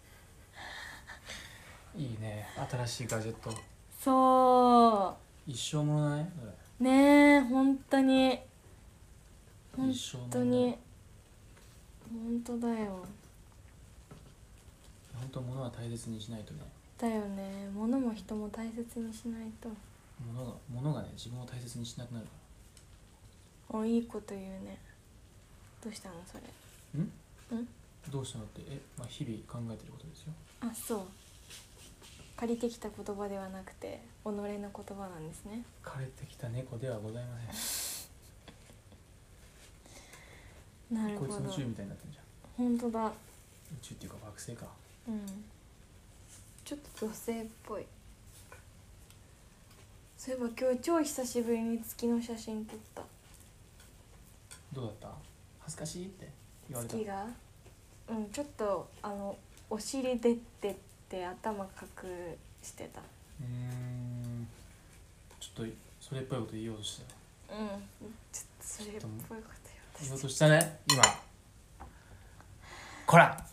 いいね、新しいガジェット。 そう。 一生ものない？ ねえ、本当に本当に本当だよ。 本当物は大切にしないとね。 だよね、物も人も大切にしないと。 物がね、自分を大切にしなくなるから。いいこと言うね。どうしたのそれ？ どうしたのって日々考えてることですよ。 そう。借りてきた言葉ではなくて己の言葉なんですね。 借りてきた猫ではございません。 なるほど。 こいつ宇宙みたいになってるじゃん。 本当だ。 宇宙っていうか惑星か。 ちょっと女性っぽい。 そういえば今日超久しぶりに月の写真撮った。 どうだった？恥ずかしいって言われた。 月がちょっとお尻出てって頭隠してた。 ちょっとそれっぽいこと言おうとした。 ちょっとそれっぽいこと言おうとしたね今。こら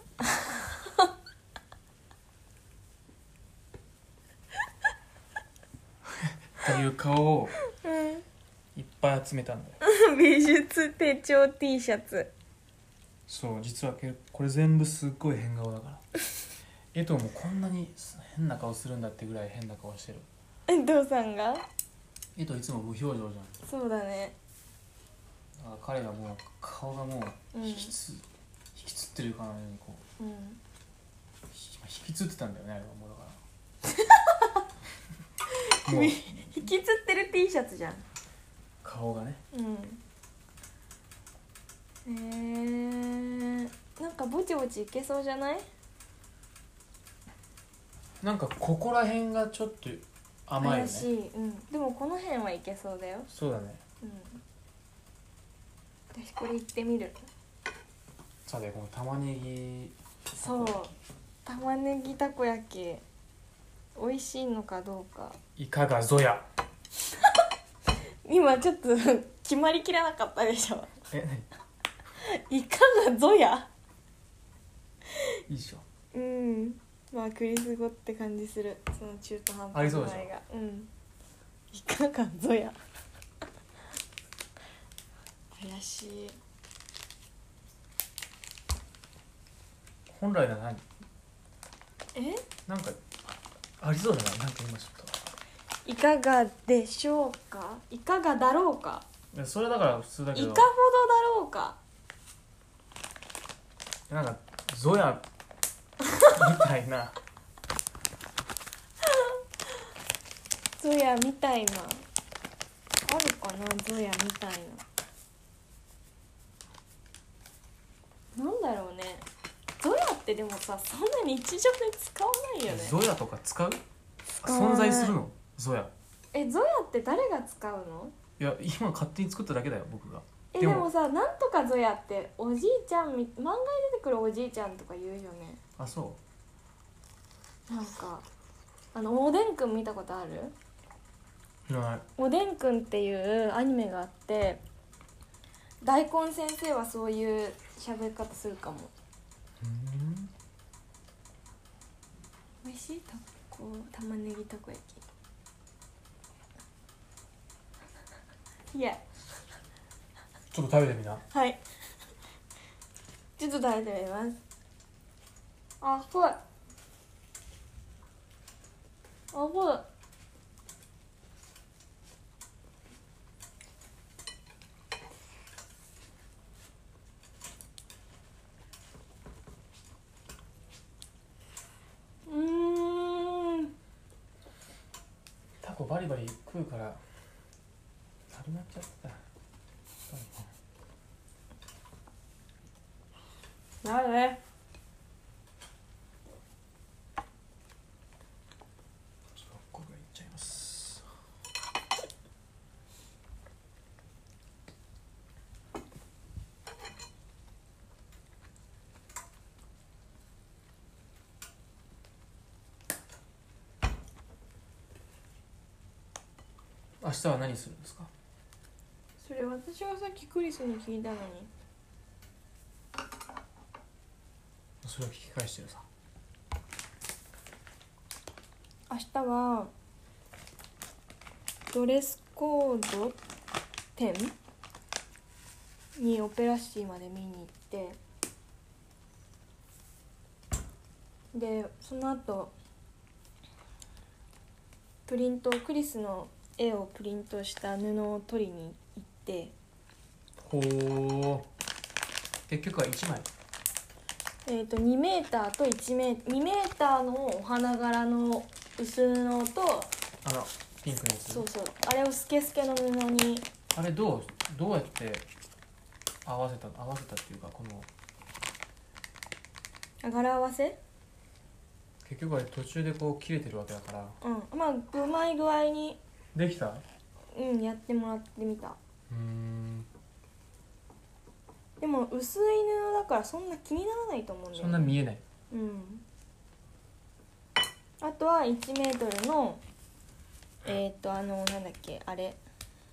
っていう顔をいっぱい集めたんだよ。 美術手帳 T シャツ。 そう実はこれ全部すっごい変顔だから江藤もこんなに変な顔するんだってぐらい変な顔してる。 江藤さんが？ 江藤いつも無表情じゃん。 そうだね。 だから彼はもう顔がもう引きつってるかのようにこう、引きつってたんだよねあれはもうだからもう引きつってる T シャツじゃん顔がね。 なんかぼちぼちいけそうじゃない？ なんかここら辺がちょっと甘いよね。 怪しい。でもこの辺はいけそうだよ。 そうだね。 私これいってみる。 さてこの玉ねぎ。 そう玉ねぎたこ焼き美味しいのかどうか。 いかがぞや。 今ちょっと決まりきらなかったでしょ。いかがぞや。 いいでしょ。 まあクリス語って感じする。その中途半あり端な名前が。いかがぞや。怪しい。 本来は何？なんかありそうじゃない？なんか今ちょっと。 いかがでしょうか？いかがだろうか？ いやそれだから普通だけど。 いかほどだろうか？ なんかゾヤみたいな。 ゾヤみたいなあるかな。ゾヤみたいな。なんだろうね。ゾヤってでもさそんなに日常で使わないよね。 ゾヤとか使う？存在するの？ゾヤ。 ゾヤって誰が使うの？ いや今勝手に作っただけだよ僕が。 でもさなんとかゾヤっておじいちゃん漫画に出てくるおじいちゃんとか言うよね。 あそう。なんかおでんくん見たことある？ いらない。 おでんくんっていうアニメがあって大根先生はそういう喋り方するかも。美味しい玉ねぎたこ焼き。いやちょっと食べてみな。 はいちょっと食べてみます。あすごい。すごい。 タコバリバリ食うからなくなっちゃった。 なるね。 6個ぐらいいっちゃいます。明日は何するんですか？ それ私はさっきクリスに聞いたのに。 それを聞き返してるさ。 明日はドレスコード展にオペラシティまで見に行ってでその後クリスの絵をプリントした布を取りに行って。 ほー。結局は1枚。 2メーターと2メーターのお花柄の薄布とピンクのやつ。 そうあれをスケスケの布に。 あれどうやって合わせたっていうかこの柄合わせ。 結局あれ途中でこう切れてるわけだから。 まあうまい具合にできた？ うんやってもらってみた。でも薄い布だからそんな気にならないと思うんだよね。 そんな見えない。 うん。あとは1メートルのなんだっけあれ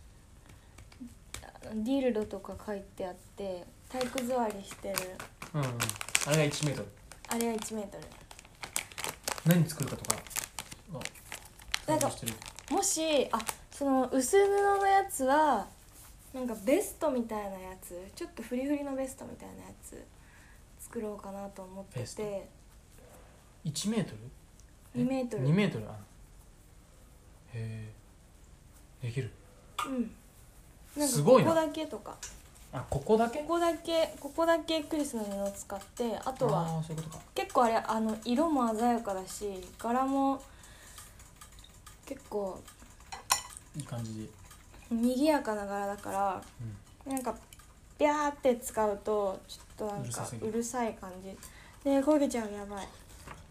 ディルドとか書いてあって体育座りしてる、 うんうん、あれが1メートル。 あれが1メートル。 何作るかとかなんかもしその薄布のやつはなんかベストみたいなやつ、ちょっとフリフリのベストみたいなやつ作ろうかなと思ってて。 1メートル 2メートル 2メートルある。へえ、できる。 うんなんかすごいな。 ここだけとか、 ここだけここだけクリスの布を使って、あとはそういうことか。 結構あれ色も鮮やかだし柄も結構いい感じで賑やかな柄だから、なんかビャーって使うとちょっとなんかうるさい感じで焦げちゃう。やばい。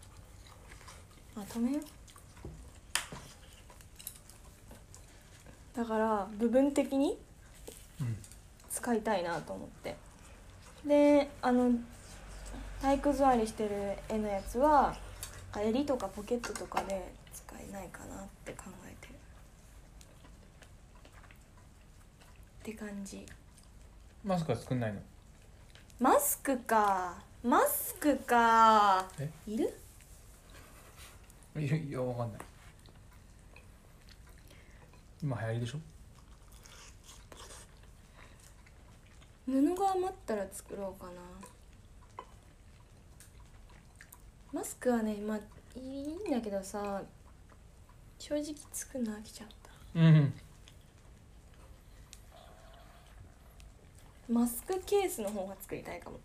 止めよう。だから部分的に使いたいなと思って、で体育座りしてる絵のやつは襟とかポケットとかで使えないかなって考えてるって感じ。 マスクは作んないの？ マスクかいる？ いやわかんない。今流行りでしょ。 布が余ったら作ろうかな。マスクはねまあいいんだけどさ、正直作るの飽きちゃった。マスクケースの方が作りたいかも。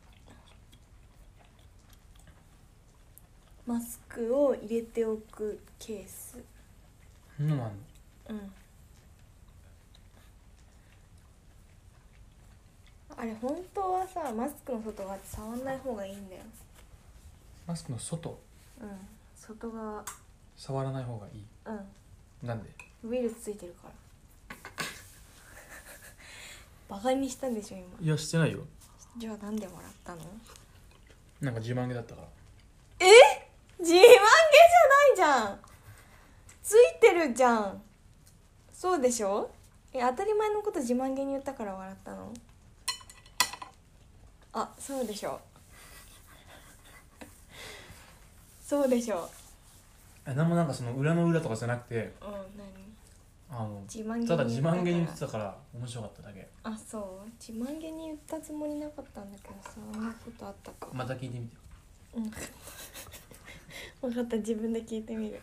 マスクを入れておくケース。 うん。 あれ本当はさマスクの外側って触んない方がいいんだよ。 マスクの外？ 外側触らない方がいい。なんで？ ウイルスついてるからバカにしたんでしょ今。 いやしてないよ。 じゃあなんで笑ったの？ なんか自慢げだったから。 自慢げじゃないじゃん。ついてるじゃん。そうでしょ？当たり前のこと自慢げに言ったから笑ったの？そうでしょ。そうでしょ。 何もなんかその裏の裏とかじゃなくて、 何？ ただ自慢げに言ってたから面白かっただけ。 そう自慢げに言ったつもりなかったんだけどさ、あんなことあったか。 また聞いてみてよ。 分かった、自分で聞いてみる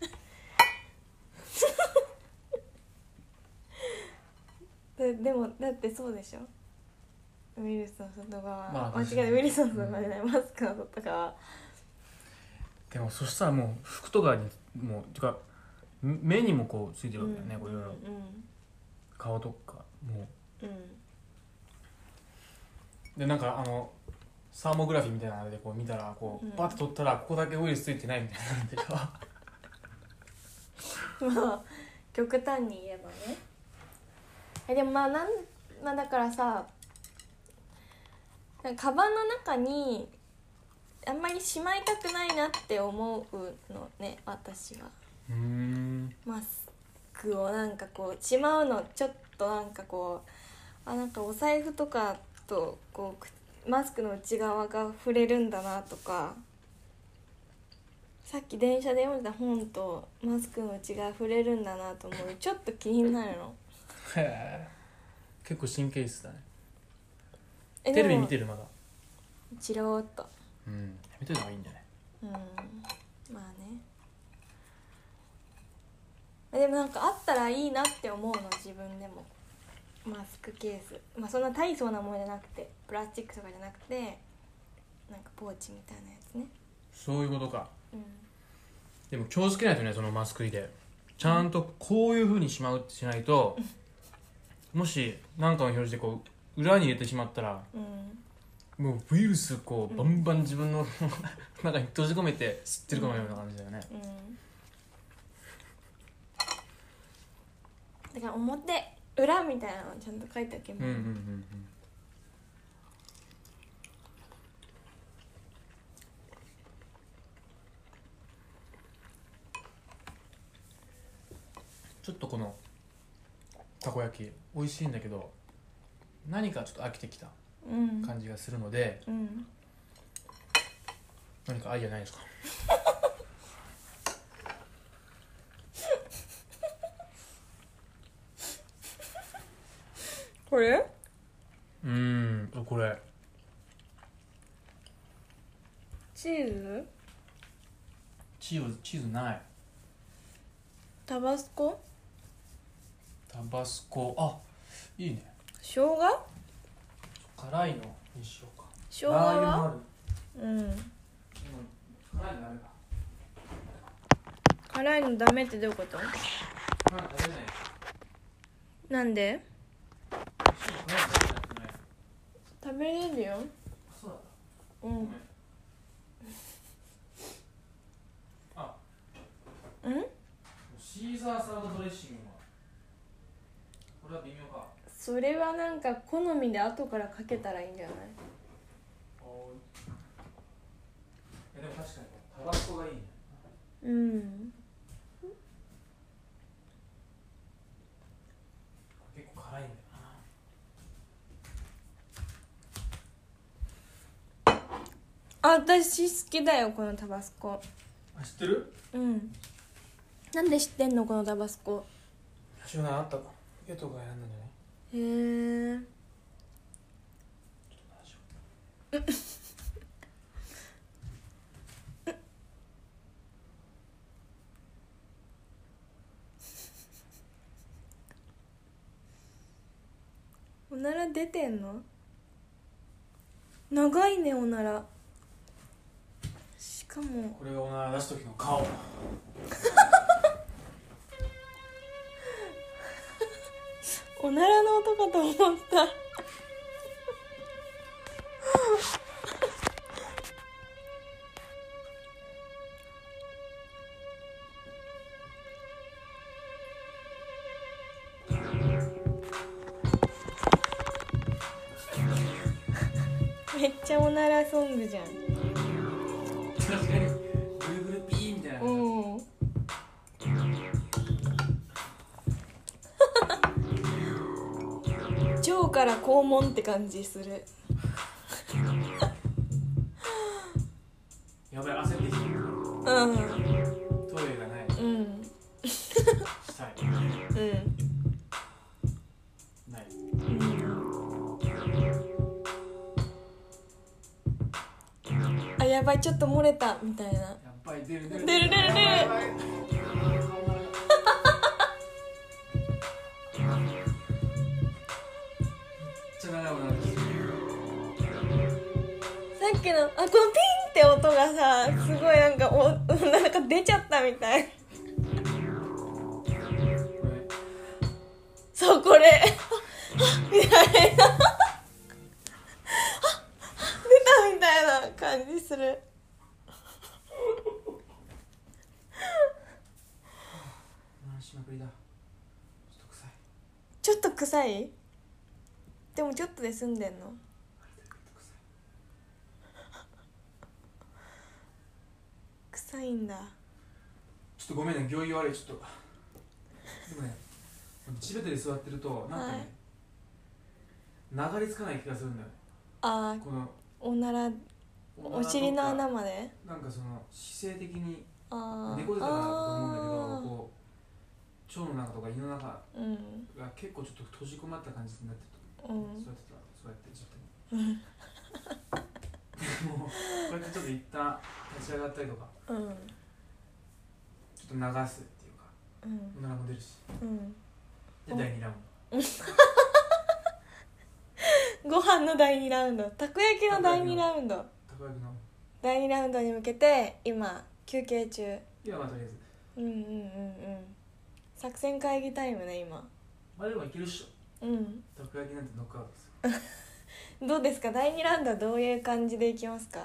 でもだってそうでしょ。ウイルスの外側、間違えない、ウイルスの外側じゃない、マスクの外側。 でもそしたらもう服とかにもうてか目にもこうついてるわけだよね、これいろいろ顔とかもう、でなんかサーモグラフィーみたいなあれでこう見たらこうパッと取ったらここだけウイルスついてないみたいなんでしょまあ極端に言えばね。でもだからさ、カバンの中にあんまりしまいたくないなって思うのね、私は。マスクをなんかこうしまうのちょっとなんかこうなんかお財布とかとこうマスクの内側が触れるんだなとか、さっき電車で読んだ本とマスクの内側触れるんだなと思う。ちょっと気になるの。 へえ、結構神経質だね。テレビ見てる？まだちらっと。 見てた方がいいんじゃない？ まあね。でもなんかあったらいいなって思うの、自分でも。マスクケース、そんな大層なものじゃなくて、プラスチックとかじゃなくて、なんかポーチみたいなやつね。 そういうことか。でも気をつけないとね、そのマスク入れちゃんとこういう風にしまうってしないと、もし何かの表示でこう裏に入れてしまったら、もうウイルスこうバンバン自分の中に閉じ込めて吸ってるかのような感じだよね。 だから表裏みたいなのちゃんと書いておけば、 ちょっとこのたこ焼き美味しいんだけど何かちょっと飽きてきた感じがするので、何かアイデアないですか？ これ？ これチーズない。 タバスコ？ あ、いいね。 生姜？ 辛いのにしようか。 生姜は？ 辛いのダメか。 辛いのダメってどういうこと？ 食べれない。 なんで？食べれるよ。 そうだった。シーザーサラダドレッシングはこれは微妙か。 それはなんか好みで後からかけたらいいんじゃない？ でも確かにタバスコがいいね。結構辛いんだよな。私好きだよこのタバスコ。 知ってる？ なんで知ってんのこのタバスコ？ 知らない。あったか。ゲトが選んだんじゃない？ へえ。おなら出てんの？長いねおなら。しかもこれがおなら出す時の顔。 おならの音かと思った。めっちゃおならソングじゃん。 確かにぐるぐるピーみたいな。 腸から肛門って感じする。 やばい、焦ってきてる。トイレがない。したい。ない。 やばいちょっと漏れたみたいな。 やばい出る。 さっきのこのピンって音がさ、すごいなんか出ちゃったみたい。そうこれみたいな出たみたいな感じする。ちょっと臭い？でもちょっとで済んでんの？臭いんだ。 ちょっとごめんね、行儀悪い。ちょっとでもね、地べたで座ってるとなんかね、流れ着かない気がするんだよね。このおなら、お尻の穴までなんかその姿勢的に猫背だからだと思うんだけど、こう腸の中とか胃の中が結構ちょっと閉じ込まった感じになってると、そうやってちょっともうこうやってちょっと一旦立ち上がったりとか、ちょっと流すっていうか、おならも出るし、で第2ラウンドご飯の第2ラウンド、たこ焼きの第2ラウンド、第2ラウンドに向けて今休憩中。 いや、まあとりあえず作戦会議タイムね今。 まあでもいけるっしょ。たこ焼きなんてノックアウトですよ。 どうですか、第2ラウンドはどういう感じでいきますか？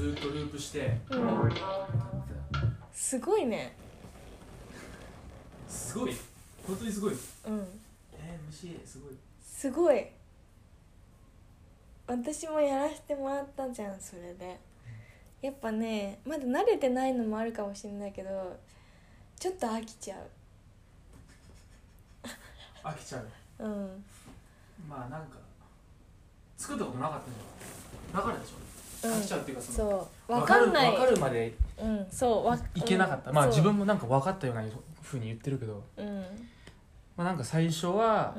ずっとループして、 すごいね。 すごい、本当にすごい。虫すごい。 私もやらせてもらったじゃん。それでやっぱね、まだ慣れてないのもあるかもしれないけど、ちょっと飽きちゃう。 飽きちゃう。まあなんか作ったことなかったじゃん。だからでしょ。飽きちゃうっていうか、 そう分かんない。 分かるまでそういけなかった。まあ自分もなんか分かったような風に言ってるけど、まあなんか最初は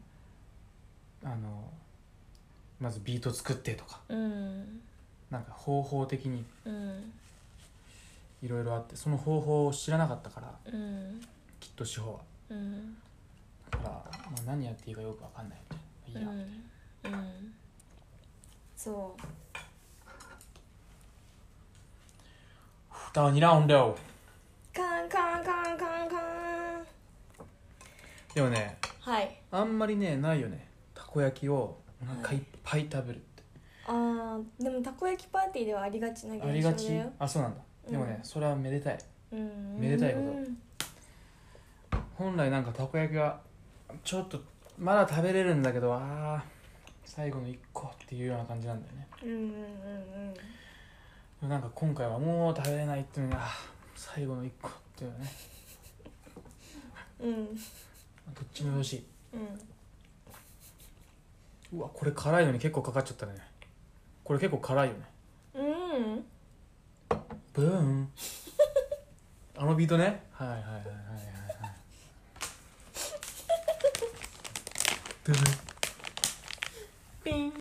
まずビート作ってとか、なんか方法的にいろいろあって、その方法を知らなかったから、きっと志保は、だから、まあ、何やっていいかよく分かんないみたいな、いいや、 そう第2ラウンド。 カンカンカンカンカン。 でもね、あんまりねないよね、たこ焼きをお腹いっぱい食べるって。 でもたこ焼きパーティーではありがちな現象だよ。 ありがち。そうなんだ。でもね、それはめでたい。めでたいこと。本来なんかたこ焼きがちょっとまだ食べれるんだけど、最後の1個っていうような感じなんだよね。でもなんか今回はもう食べれないっていうのが最後の1個っていうのね。どっちもよろしい。うわ、これ辛いのに結構かかっちゃったね。これ結構辛いよね。ブーンあのビートね。はいはいはいはいはいはい。